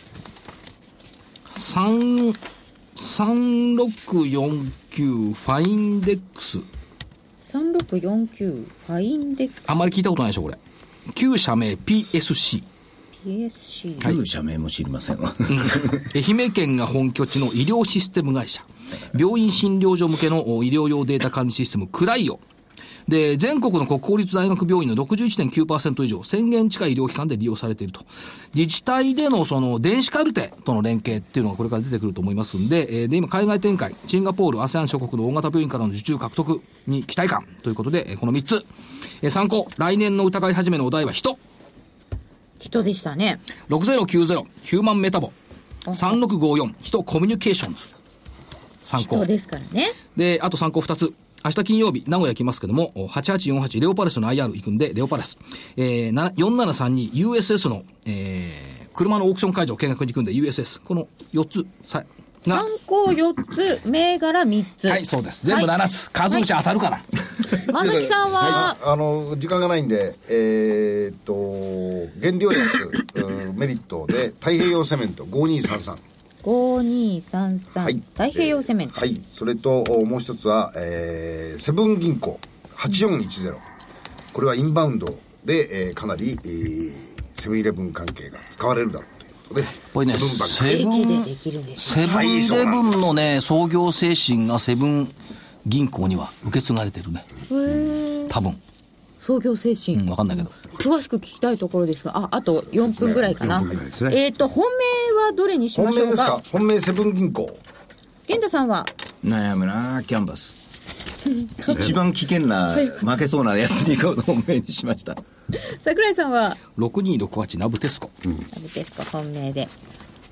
、3649ファインデックス。 3649ファインデックス。 あんまり聞いたことないでしょ、これ。旧社名 PSC。 旧社名も知りませんわ。 愛媛県が本拠地の医療システム会社。病院診療所向けの医療用データ管理システムクライオ。で、全国の国公立大学病院の 61.9% 以上、1000件近い医療機関で利用されていると。自治体でのその電子カルテとの連携っていうのがこれから出てくると思いますんで、今海外展開、シンガポール、ASEAN 諸国の大型病院からの受注獲得に期待感ということで、この3つ。参考、来年の疑い始めのお題は人でしたね。 6090、ヒューマンメタボ。3654、人コミュニケーションズ。参考。 人ですからね。 で、あと参考2つ。明日金曜日、名古屋行きますけども、8848レオパレスの IR 行くんで、レオパレス。4732 USS の、車のオークション会場見学に行くんで、USS。この4つ、参考4つ、銘柄3つ。 はい、そうです。全部7つ。数打ち当たるから。 正木さんは、 時間がないんで、原料安メリットで太平洋セメント5233。 5233、はい、太平洋セメント、 それともう一つは、セブン銀行8410。これはインバウンドで、かなり、セブンイレブン関係が使われるだろうということで、 これね、セブンイレブンのね、創業精神がセブン銀行には受け継がれてるね。多分創業精神、 分かんないけど詳しく聞きたいところですが、あと4分ぐらいかな。本命はどれにしましょうか。 本命ですか。本命セブン銀行。 源太さんは悩むな、キャンバス。一番危険な負けそうなやつに本命にしました。 櫻井さんは 6268ナブテスコ。 ナブテスコ本命で。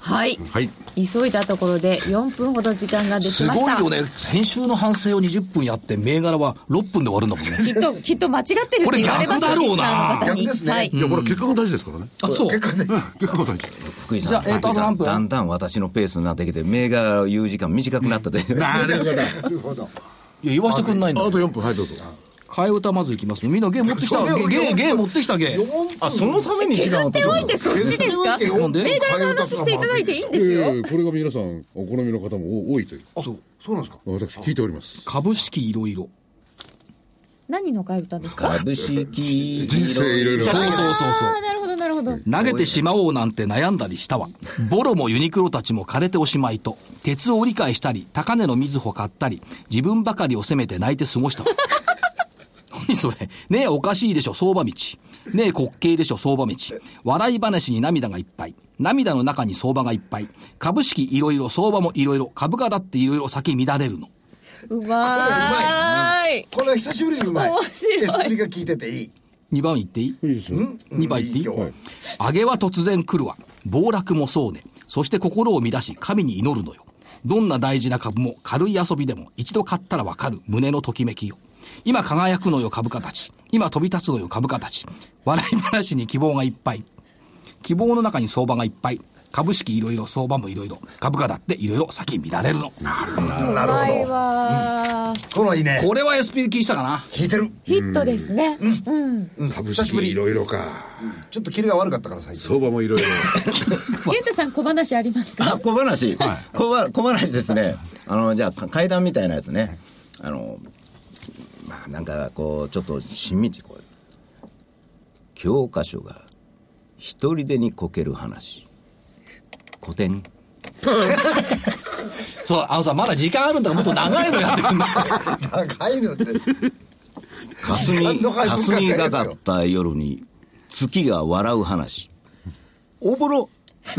はい、 はい。 急いだところで4分ほど時間ができすました。 ごいよね。先週の反省を20分やって銘柄は6分で終わるんだもんね。 きっと間違ってるって言われますよ、 これ逆だろうなリスナーの方に。 逆ですねはい。 いや、これ結果が大事ですからね。 あ、そう。 結果で結果が大事。 福井さん、 じゃあ福井さん何分だんだん私のペースになってきて、銘柄を言う時間短くなったで。 なるほど。 なるほど。 いや、言わしてくんないんだあ。と4分、はいどうぞ。 替え歌まずいきます。みんなゲー持ってきた。ゲー持ってきたゲー。 あ、そのために時間を取おいてそっちですか？ なんで銘柄の話していただいていいんですよ。 これが皆さんお好みの方も多いという。 あ、そうなんですか。 私聞いております。 株式いろいろ。 何の替え歌ですか？ 株式人生いろいろ。 そうそうそうそう。 ああ、なるほどなるほど。 投げてしまおうなんて悩んだりしたわ。ボロもユニクロたちも枯れておしまいと、鉄を理解したり、高値のみずほ買ったり、自分ばかりを責めて泣いて過ごしたわ。何それ。ねえおかしいでしょ相場道。ねえ滑稽でしょ相場道。笑い話に涙がいっぱい。涙の中に相場がいっぱい。株式いろいろ相場もいろいろ。株価だっていろいろ先乱れるの。 うまーい。 これは久しぶりにうまい。 面白いエスプリが効いてていい。 2番言っていい？ いいですよ。 2番言っていい？ 今日は上げは突然来るわ。暴落もそうね。そして心を乱し神に祈るのよ。どんな大事な株も軽い遊びでも一度買ったらわかる胸のときめきよ。今輝くのよ株価たち。今飛び立つのよ株価たち。笑い話に希望がいっぱい。希望の中に相場がいっぱい。株式いろいろ相場もいろいろ。株価だっていろいろ先乱れるの。 うまいわー。 これはいいね。 これは SP 聞いたかな。 効いてる。 ヒットですね。 株式いろいろか。 ちょっとキレが悪かったから最近。 相場もいろいろ。 玄太さん小話ありますか？ あ、小話、小話ですね。じゃあ階段みたいなやつね。まあなんかこうちょっとしんみりこう教科書が一人でにこける話。古典。 そう、さ、まだ時間あるんだからもっと長いのやってくんだ。 長いのって。 霞がかった夜に月が笑う話。おぼろ。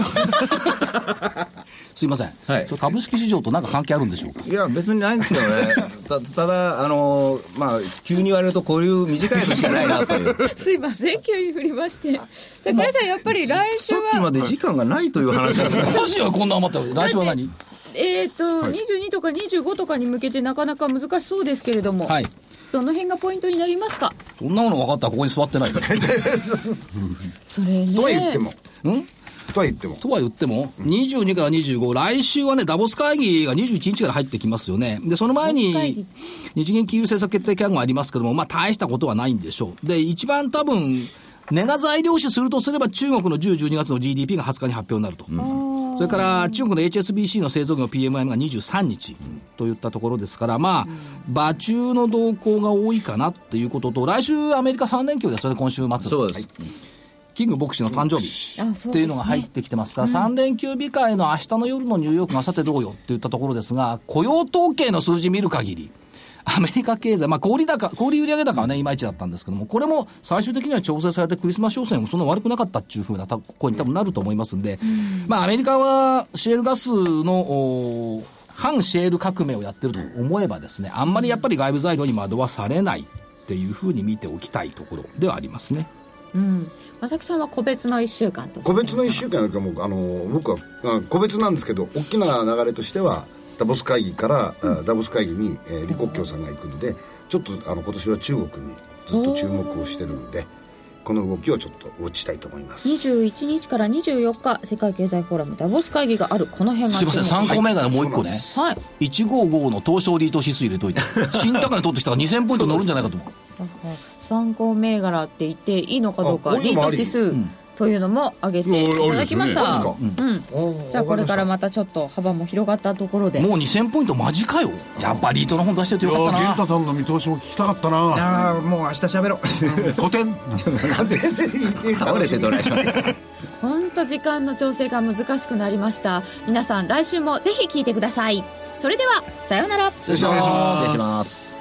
すいません、 はい、 株式市場と何か関係あるんでしょうか？ いや別にないんですけどねただまあ急に言われるとこういう短いのしかないなというすいません急に振りまして桜井さんやっぱり来週はさっきまで時間がないという話だったおかしいわこんな余ったら。来週は何？ 22とか25とかに向けてなかなか難しそうですけれども、はい、どの辺がポイントになりますか？ そんなもの分かったらここに座ってないよそれねとは言ってもとは言っても22から25 来週はねダボス会議が21日から入ってきますよね。でその前に日銀金融政策決定会合がありますけども、まあ大したことはないんでしょう。で一番多分値が材料視するとすれば中国の10、12月の GDP が20日に発表になると、それから中国の HSBC の製造業の PMI が23日といったところですから、まあ場中の動向が多いかなっていうことと、来週アメリカ3連休ですよね。今週末そうです、 キング牧師の誕生日っていうのが入ってきてますから、3連休日会の明日の夜のニューヨークがさてどうよっていったところですが、雇用統計の数字見る限りアメリカ経済、まあ小売売上高はねいまいちだったんですけども、これも最終的には調整されてクリスマス商戦もそんな悪くなかったっていうふうな声に多分なると思いますんで、まあアメリカはシェールガスの反シェール革命をやってると思えばですね、あんまりやっぱり外部材料に惑わされないっていうふうに見ておきたいところではありますね。 正木さんは個別の1週間と個別の1週間よりかも僕は個別なんですけど、大きな流れとしてはダボス会議から、ダボス会議に、李克強さんが行くんで、ちょっと今年は中国にずっと注目をしてるので、この動きをちょっとウォッチしたいと思います。 21日から24日世界経済フォーラムダボス会議がある。この辺がすいません、参考銘柄もう一個ね、 はい、 155の東証リート指数入れといて新高値取ってきたら2000ポイント乗るんじゃないかと思う。 参考銘柄って言っていいのかどうか、リート指数というのも上げていただきました。じゃあこれからまたちょっと幅も広がったところで、もう2000ポイント間近よ。やっぱリートの本出しててよかったな。 源太さんの見通しも聞きたかったな。 あもう明日喋ろう古典倒れてどないします本当時間の調整が難しくなりました。皆さん来週もぜひ聞いてください。それではさようなら。 失礼します。 失礼します。